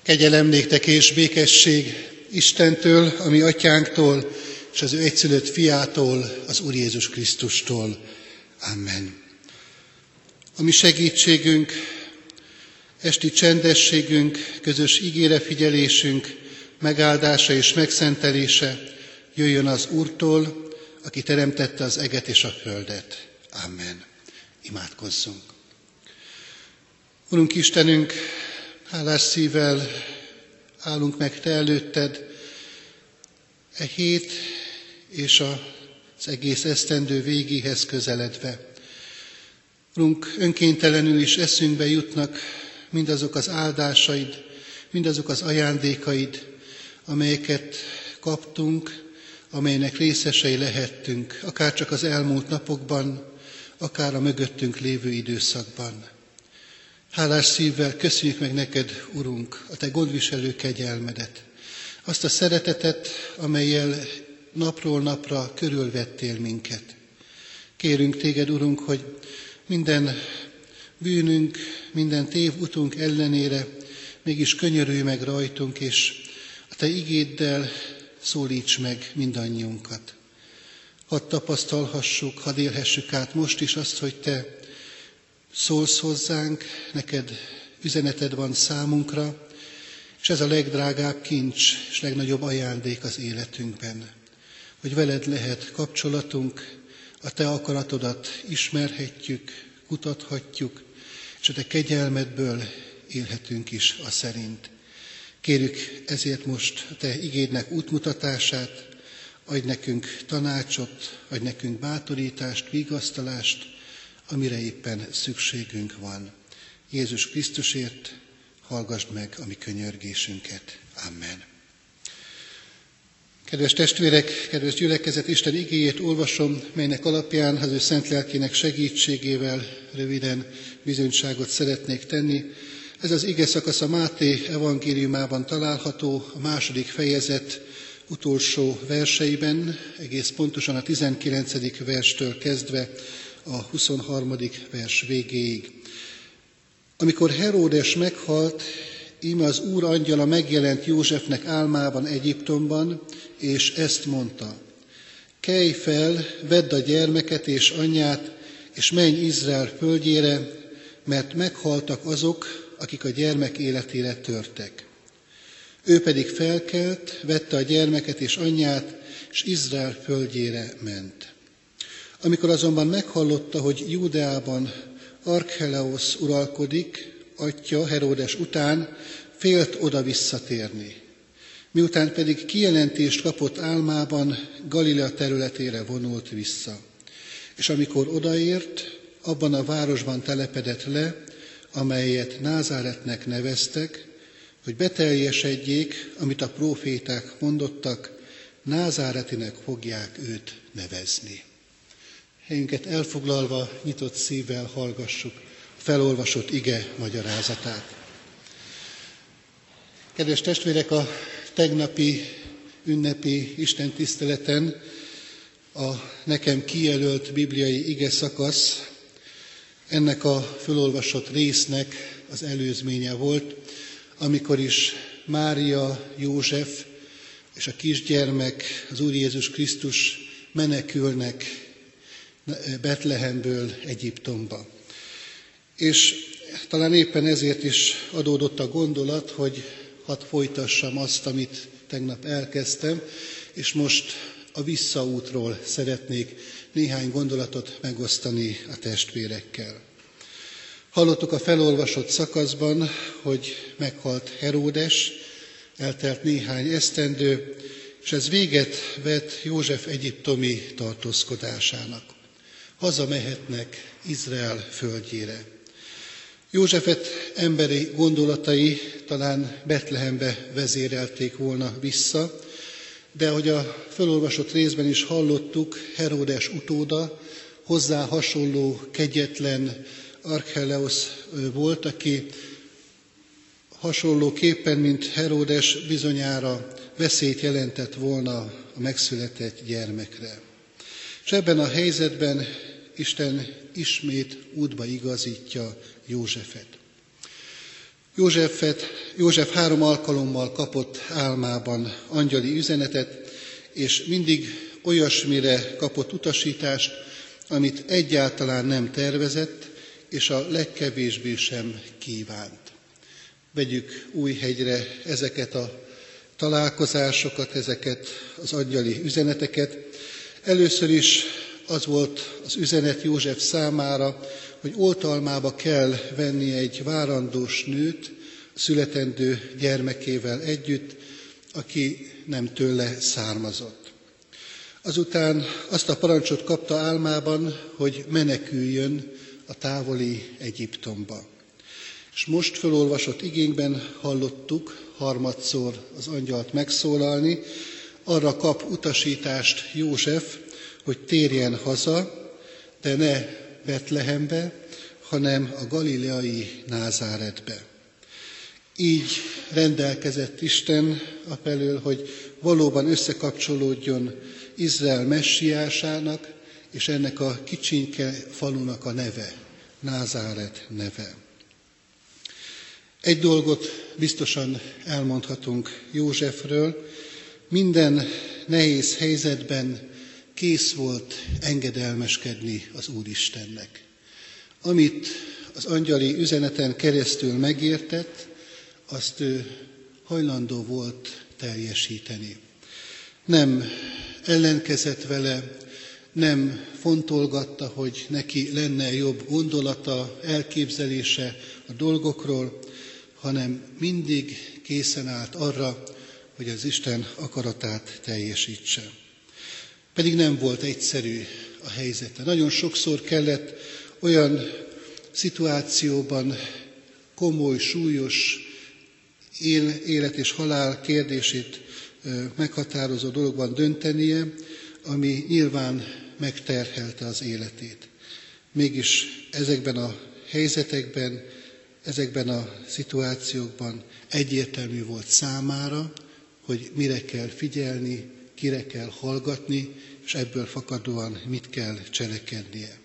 Kegyelem néktek és békesség Istentől, a mi atyánktól, és az ő egyszülött fiától, az Úr Jézus Krisztustól. Amen. A mi segítségünk, esti csendességünk, közös igére figyelésünk, megáldása és megszentelése jöjjön az Úrtól, aki teremtette az eget és a földet. Amen. Imádkozzunk. Urunk Istenünk, hálás szívvel állunk meg Te előtted, e hét és az egész esztendő végéhez közeledve. Urunk, önkéntelenül is eszünkbe jutnak mindazok az áldásaid, mindazok az ajándékaid, amelyeket kaptunk, amelynek részesei lehettünk, akár csak az elmúlt napokban, akár a mögöttünk lévő időszakban. Hálás szívvel köszönjük meg neked, Urunk, a Te gondviselő kegyelmedet, azt a szeretetet, amellyel napról napra körülvettél minket. Kérünk Téged, Urunk, hogy minden bűnünk, minden tévutunk ellenére mégis könyörülj meg rajtunk, és a Te igéddel szólíts meg mindannyiunkat. Hadd tapasztalhassuk, hadd élhessük át most is azt, hogy Te szólsz hozzánk, neked üzeneted van számunkra, és ez a legdrágább kincs és legnagyobb ajándék az életünkben, hogy veled lehet kapcsolatunk, a Te akaratodat ismerhetjük, kutathatjuk, és a Te kegyelmedből élhetünk is a szerint. Kérjük ezért most a Te igédnek útmutatását, adj nekünk tanácsot, adj nekünk bátorítást, vigasztalást, amire éppen szükségünk van. Jézus Krisztusért hallgassd meg a mi könyörgésünket. Amen. Kedves testvérek, kedves gyülekezet, Isten igéjét olvasom, melynek alapján az ő szent lelkének segítségével röviden bizonyságot szeretnék tenni. Ez az ige szakasz a Máté evangéliumában található, a 2. fejezet utolsó verseiben, egész pontosan a 19. verstől kezdve a 23. vers végéig. Amikor Heródes meghalt, íme az Úr angyala megjelent Józsefnek álmában Egyiptomban, és ezt mondta: kelj fel, vedd a gyermeket és anyját, és menj Izrael földjére, mert meghaltak azok, akik a gyermek életére törtek. Ő pedig felkelt, vette a gyermeket és anyját, és Izrael földjére ment. Amikor azonban meghallotta, hogy Júdeában Archelaosz uralkodik, atya Heródes után, félt oda visszatérni. Miután pedig kijelentést kapott álmában, Galilea területére vonult vissza. És amikor odaért, abban a városban telepedett le, amelyet Názáretnek neveztek, hogy beteljesedjék, amit a próféták mondottak, Názáretinek fogják őt nevezni. Helyünket elfoglalva, nyitott szívvel hallgassuk a felolvasott ige magyarázatát. Kedves testvérek, a tegnapi ünnepi istentiszteleten a nekem kijelölt bibliai ige szakasz ennek a felolvasott résznek az előzménye volt, amikor is Mária, József és a kisgyermek, az Úr Jézus Krisztus menekülnek Betlehemből Egyiptomba. És talán éppen ezért is adódott a gondolat, hogy hadd folytassam azt, amit tegnap elkezdtem, és most a visszaútról szeretnék néhány gondolatot megosztani a testvérekkel. Hallottuk a felolvasott szakaszban, hogy meghalt Heródes, eltelt néhány esztendő, és ez véget vett József egyiptomi tartózkodásának. Hazamehetnek Izrael földjére. Józsefet emberi gondolatai talán Betlehembe vezérelték volna vissza, de ahogy a felolvasott részben is hallottuk, Heródes utóda, hozzá hasonló kegyetlen Archelaosz volt, aki hasonlóképpen, mint Heródes, bizonyára veszélyt jelentett volna a megszületett gyermekre. És ebben a helyzetben Isten ismét útba igazítja Józsefet. József 3 alkalommal kapott álmában angyali üzenetet, és mindig olyasmire kapott utasítást, amit egyáltalán nem tervezett, és a legkevésbé sem kívánt. Vegyük Újhegyre ezeket a találkozásokat, ezeket az angyali üzeneteket. Először is az volt az üzenet József számára, hogy oltalmába kell vennie egy várandós nőt, a születendő gyermekével együtt, aki nem tőle származott. Azután azt a parancsot kapta álmában, hogy meneküljön a távoli Egyiptomba. És most fölolvasott igénkben hallottuk harmadszor az angyalt megszólalni, arra kap utasítást József, hogy térjen haza, de ne Betlehembe, hanem a galileai Názáretbe. Így rendelkezett Isten afelől, hogy valóban összekapcsolódjon Izrael messiásának, és ennek a kicsinke falunak a neve, Názáret neve. Egy dolgot biztosan elmondhatunk Józsefről, minden nehéz helyzetben kész volt engedelmeskedni az Úristennek. Amit az angyali üzeneten keresztül megértett, azt ő hajlandó volt teljesíteni. Nem ellenkezett vele, nem fontolgatta, hogy neki lenne jobb gondolata, elképzelése a dolgokról, hanem mindig készen állt arra, hogy az Isten akaratát teljesítse. Pedig nem volt egyszerű a helyzete. Nagyon sokszor kellett olyan szituációban komoly, súlyos élet és halál kérdését meghatározó dologban döntenie, ami nyilván megterhelte az életét. Mégis ezekben a helyzetekben, ezekben a szituációkban egyértelmű volt számára, hogy mire kell figyelni, kire kell hallgatni, és ebből fakadóan mit kell cselekednie.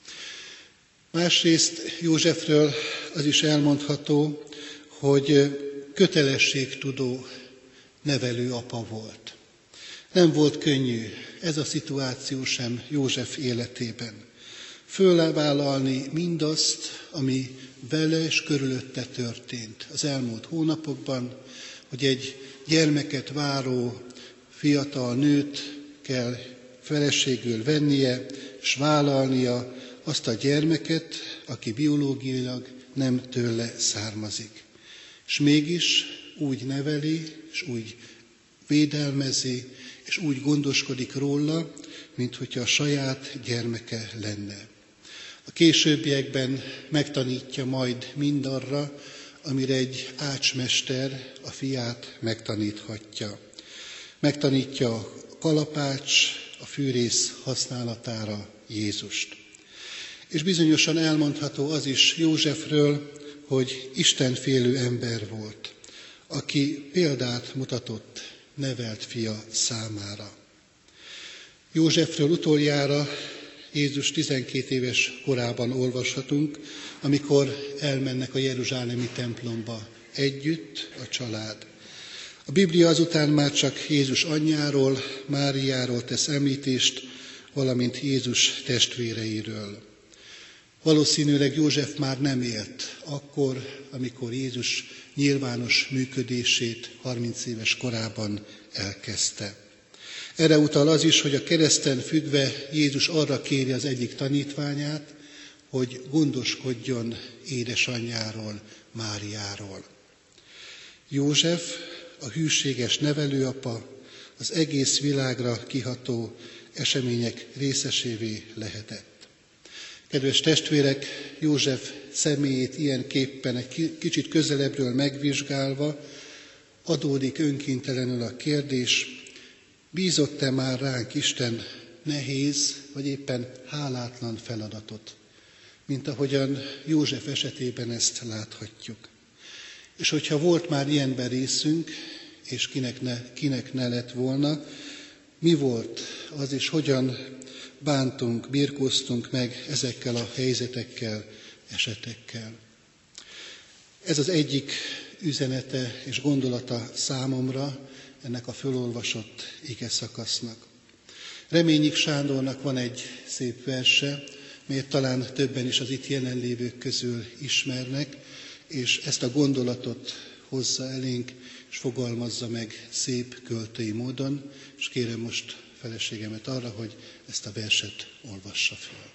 Másrészt Józsefről az is elmondható, hogy kötelességtudó nevelő apa volt. Nem volt könnyű ez a szituáció sem József életében. Fölvállalni mindazt, ami vele és körülötte történt az elmúlt hónapokban, hogy egy gyermeket váró fiatal nőt kell feleségül vennie, és vállalnia azt a gyermeket, aki biológiailag nem tőle származik. És mégis úgy neveli, és úgy védelmezi, és úgy gondoskodik róla, mint hogyha a saját gyermeke lenne. A későbbiekben megtanítja majd mindarra, amire egy ácsmester a fiát megtaníthatja. Megtanítja a kalapács, a fűrész használatára Jézust. És bizonyosan elmondható az is Józsefről, hogy istenfélő ember volt, aki példát mutatott nevelt fia számára. Józsefről utoljára Jézus 12 éves korában olvashatunk, amikor elmennek a jeruzsálemi templomba együtt a család. A Biblia azután már csak Jézus anyjáról, Máriáról tesz említést, valamint Jézus testvéreiről. Valószínűleg József már nem élt akkor, amikor Jézus nyilvános működését 30 éves korában elkezdte. Erre utal az is, hogy a kereszten függve Jézus arra kéri az egyik tanítványát, hogy gondoskodjon édesanyjáról, Máriáról. József, a hűséges nevelőapa, az egész világra kiható események részesévé lehetett. Kedves testvérek, József személyét ilyenképpen egy kicsit közelebbről megvizsgálva adódik önkéntelenül a kérdés, bízott-e már ránk Isten nehéz, vagy éppen hálátlan feladatot, mint ahogyan József esetében ezt láthatjuk. És hogyha volt már ilyenben részünk, és kinek ne lett volna, mi volt az, és hogyan bántunk, birkóztunk meg ezekkel a helyzetekkel, esetekkel. Ez az egyik üzenete és gondolata számomra ennek a fölolvasott igeszakasznak. Reményik Sándornak van egy szép verse, melyet talán többen is az itt jelenlévők közül ismernek, és ezt a gondolatot hozza elénk, és fogalmazza meg szép költői módon, és kérem most feleségemet arra, hogy ezt a verset olvassa fel.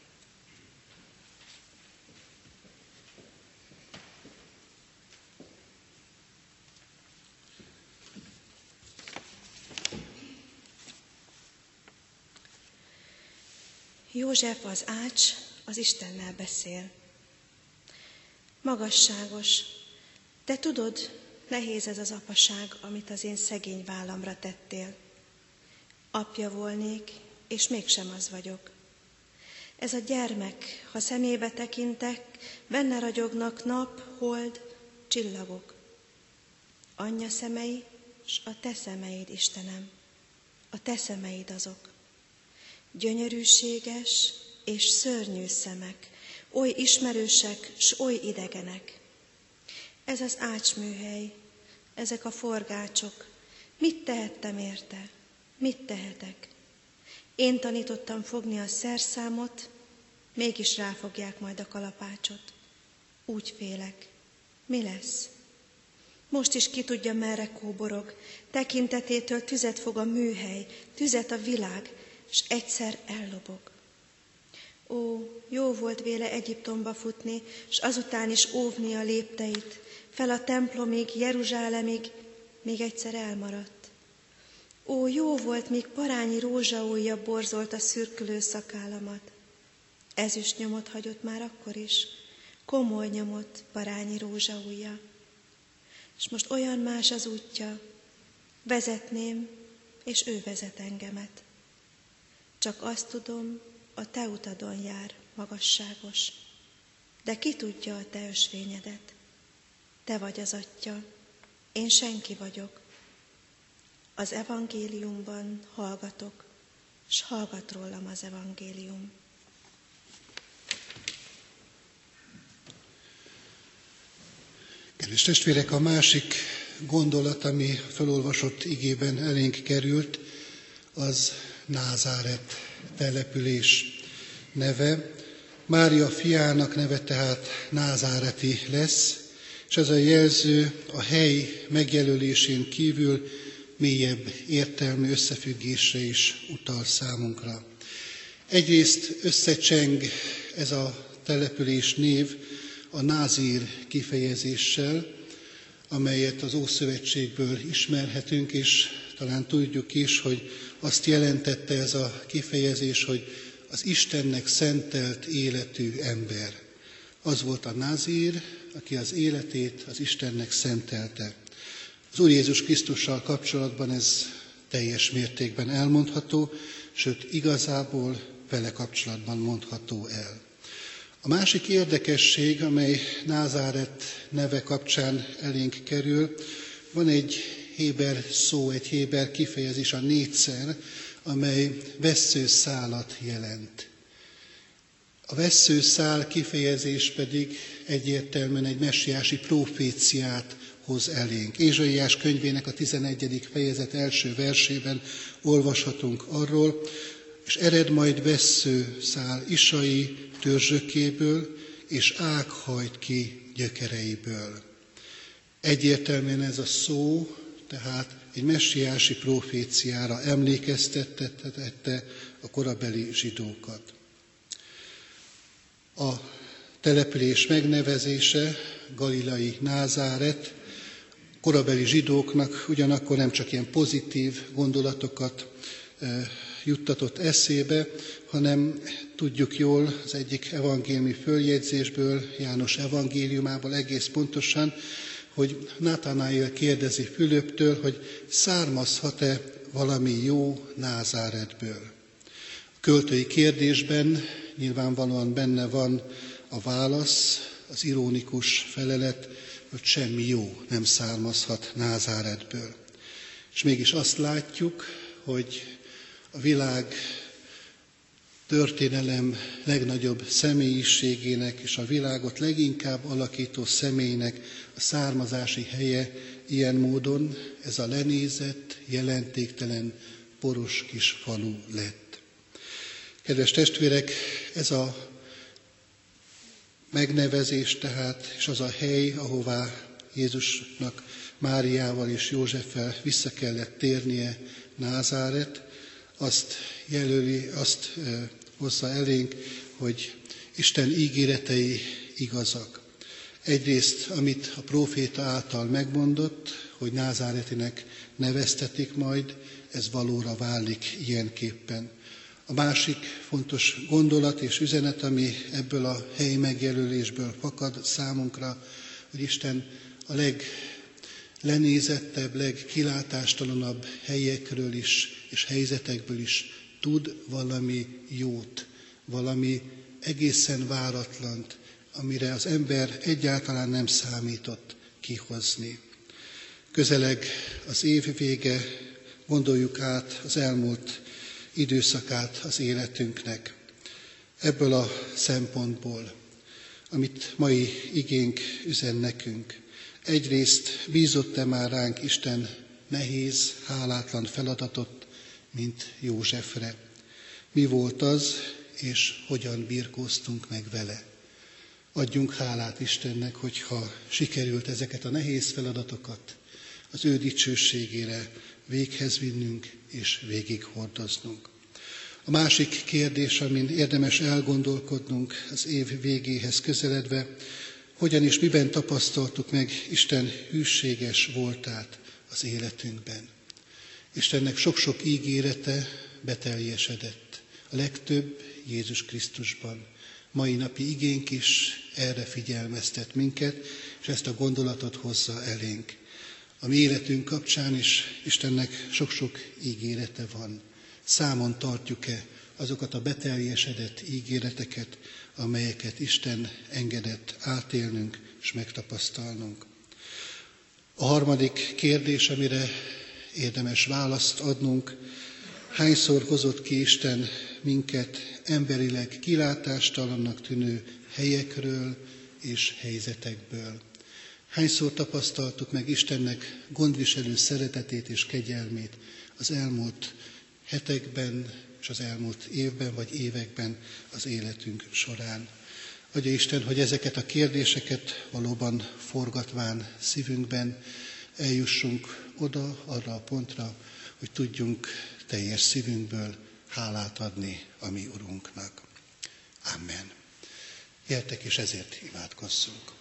József az ács az Istennel beszél. Magasságos, de tudod, nehéz ez az apaság, amit az én szegény vállamra tettél. Apja volnék, és mégsem az vagyok. Ez a gyermek, ha szemébe tekintek, benne ragyognak nap, hold, csillagok. Anyja szemei, s a te szemeid, Istenem, a te szemeid azok. Gyönyörűséges és szörnyű szemek, oly ismerősek, s oly idegenek. Ez az ácsműhely, ezek a forgácsok, mit tehettem érte? Mit tehetek? Én tanítottam fogni a szerszámot, mégis ráfogják majd a kalapácsot. Úgy félek. Mi lesz? Most is ki tudja, merre kóborog. Tekintetétől tüzet fog a műhely, tüzet a világ, s egyszer ellobog. Ó, jó volt véle Egyiptomba futni, s azután is óvni a lépteit, fel a templomig, Jeruzsálemig, még egyszer elmaradt. Ó, jó volt, míg parányi rózsaujja borzolt a szürkülő szakállamat. Ezüst nyomot hagyott már akkor is, komoly nyomot parányi rózsaujja. És most olyan más az útja, vezetném, és ő vezet engemet. Csak azt tudom, a te utadon jár, magasságos, de ki tudja a te ösvényedet? Te vagy az Atya, én senki vagyok. Az evangéliumban hallgatok, s hallgat rólam az evangélium. Kedves testvérek, a másik gondolat, ami felolvasott igében elénk került, az Názáret település neve. Mária fiának neve tehát názáreti lesz, és ez a jelző a hely megjelölésén kívül mélyebb értelmű összefüggésre is utal számunkra. Egyrészt összecseng ez a település név a názír kifejezéssel, amelyet az Ószövetségből ismerhetünk, és talán tudjuk is, hogy azt jelentette ez a kifejezés, hogy az Istennek szentelt életű ember. Az volt a názír, aki az életét az Istennek szentelte. Az Úr Jézus Krisztussal kapcsolatban ez teljes mértékben elmondható, sőt igazából vele kapcsolatban mondható el. A másik érdekesség, amely Názáret neve kapcsán elénk kerül, van egy héber szó, egy héber kifejezés, a nétszer, amely vesszőszálat jelent. A vesszőszál kifejezés pedig egyértelműen egy messiási proféciát hoz elénk. Ézsaiás könyvének a 11. fejezet első versében olvashatunk arról, és ered majd vesszőszál Isai törzsökéből, és ág hajt ki gyökereiből. Egyértelműen ez a szó, tehát egy messiási proféciára emlékeztette a korabeli zsidókat. A település megnevezése, galilai Názáret, korabeli zsidóknak ugyanakkor nem csak ilyen pozitív gondolatokat juttatott eszébe, hanem tudjuk jól az egyik evangéliumi följegyzésből, János evangéliumából egész pontosan, hogy Natanaél kérdezi Fülöptől, hogy származhat-e valami jó Názáretből. A költői kérdésben nyilvánvalóan benne van a válasz, az ironikus felelet, hogy semmi jó nem származhat Názáretből. És mégis azt látjuk, hogy a világ történelem legnagyobb személyiségének és a világot leginkább alakító személynek a származási helye ilyen módon ez a lenézett, jelentéktelen, poros kis falu lett. Kedves testvérek, ez a megnevezés tehát, és az a hely, ahová Jézusnak Máriával és Józseffel vissza kellett térnie, Názáret, azt jelöli, azt hozza elénk, hogy Isten ígéretei igazak. Egyrészt, amit a próféta által megmondott, hogy Názáretinek neveztetik majd, ez valóra válik ilyenképpen. A másik fontos gondolat és üzenet, ami ebből a helyi megjelölésből fakad számunkra, hogy Isten a leglenézettebb, legkilátástalanabb helyekről is és helyzetekből is tud valami jót, valami egészen váratlant, amire az ember egyáltalán nem számított kihozni. Közeleg az év vége, gondoljuk át az elmúlt időszakát az életünknek. Ebből a szempontból, amit mai igénk üzen nekünk. Egyrészt bízott-e már ránk Isten nehéz, hálátlan feladatot, mint Józsefre? Mi volt az, és hogyan birkóztunk meg vele? Adjunk hálát Istennek, hogyha sikerült ezeket a nehéz feladatokat az ő dicsőségére véghez vinnünk és végighordoznunk. A másik kérdés, amin érdemes elgondolkodnunk az év végéhez közeledve, hogyan és miben tapasztaltuk meg Isten hűséges voltát az életünkben. Istennek sok-sok ígérete beteljesedett, a legtöbb Jézus Krisztusban. Mai napi igénk is erre figyelmeztet minket, és ezt a gondolatot hozza elénk. A mi életünk kapcsán is Istennek sok-sok ígérete van. Számon tartjuk-e azokat a beteljesedett ígéreteket, amelyeket Isten engedett átélnünk és megtapasztalnunk. A harmadik kérdés, amire érdemes választ adnunk, hányszor hozott ki Isten minket emberileg kilátástalannak tűnő helyekről és helyzetekből. Hányszor tapasztaltuk meg Istennek gondviselő szeretetét és kegyelmét az elmúlt hetekben és az elmúlt évben vagy években az életünk során. Adja Isten, hogy ezeket a kérdéseket valóban forgatván szívünkben eljussunk oda, arra a pontra, hogy tudjunk teljes szívünkből hálát adni a mi Urunknak. Amen. Gyertek, és ezért imádkozzunk.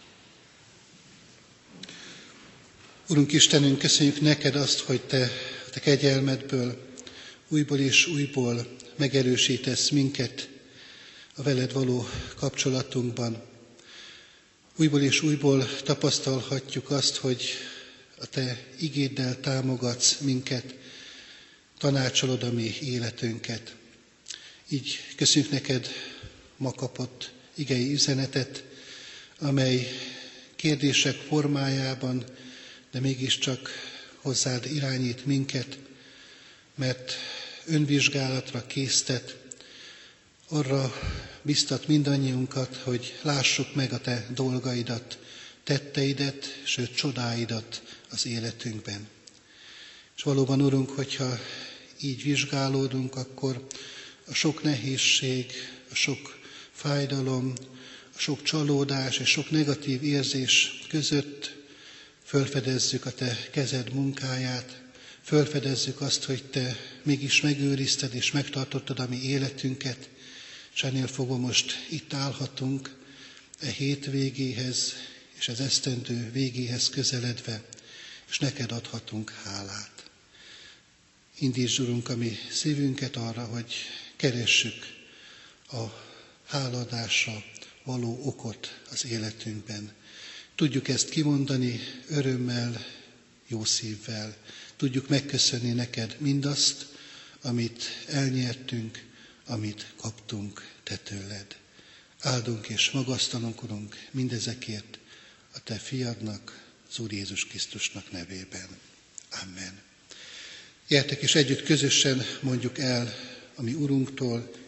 Urunk Istenünk, köszönjük neked azt, hogy te kegyelmedből újból és újból megerősítesz minket a veled való kapcsolatunkban. Újból és újból tapasztalhatjuk azt, hogy a te igéddel támogatsz minket, tanácsolod a mi életünket. Így köszönjük neked ma kapott igei üzenetet, amely kérdések formájában, de mégiscsak hozzád irányít minket, mert önvizsgálatra késztet, arra biztat mindannyiunkat, hogy lássuk meg a te dolgaidat, tetteidet, sőt csodáidat az életünkben. És valóban, Urunk, hogyha így vizsgálódunk, akkor a sok nehézség, a sok fájdalom, a sok csalódás és sok negatív érzés között fölfedezzük a te kezed munkáját, fölfedezzük azt, hogy te mégis megőrizted és megtartottad a mi életünket, és ennél fogva most itt állhatunk e hét végéhez és az esztendő végéhez közeledve, és neked adhatunk hálát. Indítsd, Urunk, a mi szívünket arra, hogy keressük a hálaadásra való okot az életünkben. Tudjuk ezt kimondani örömmel, jó szívvel. Tudjuk megköszönni neked mindazt, amit elnyertünk, amit kaptunk te tőled. Áldunk és magasztalunk, Urunk, mindezekért a te fiadnak, az Úr Jézus Krisztusnak nevében. Amen. Gyertek és együtt közösen mondjuk el a mi Urunktól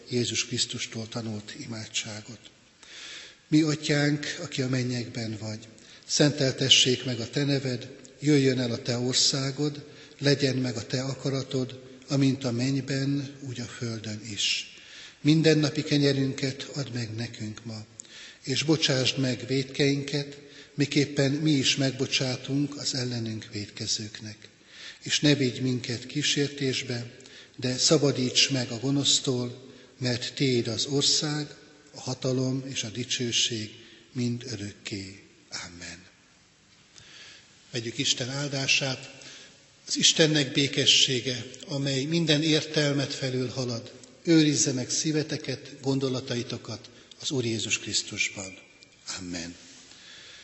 Jézus Krisztustól tanult imádságot. Mi atyánk, aki a mennyekben vagy, szenteltessék meg a te neved, jöjjön el a te országod, legyen meg a te akaratod, amint a mennyben, úgy a földön is. Mindennapi kenyerünket add meg nekünk ma, és bocsásd meg vétkeinket, miképpen mi is megbocsátunk az ellenünk vétkezőknek. És ne vigy minket kísértésbe, de szabadíts meg a gonosztól, mert tiéd az ország, a hatalom és a dicsőség mind örökké. Amen. Vegyük Isten áldását, az Istennek békessége, amely minden értelmet felül halad, őrizze meg szíveteket, gondolataitokat az Úr Jézus Krisztusban. Amen.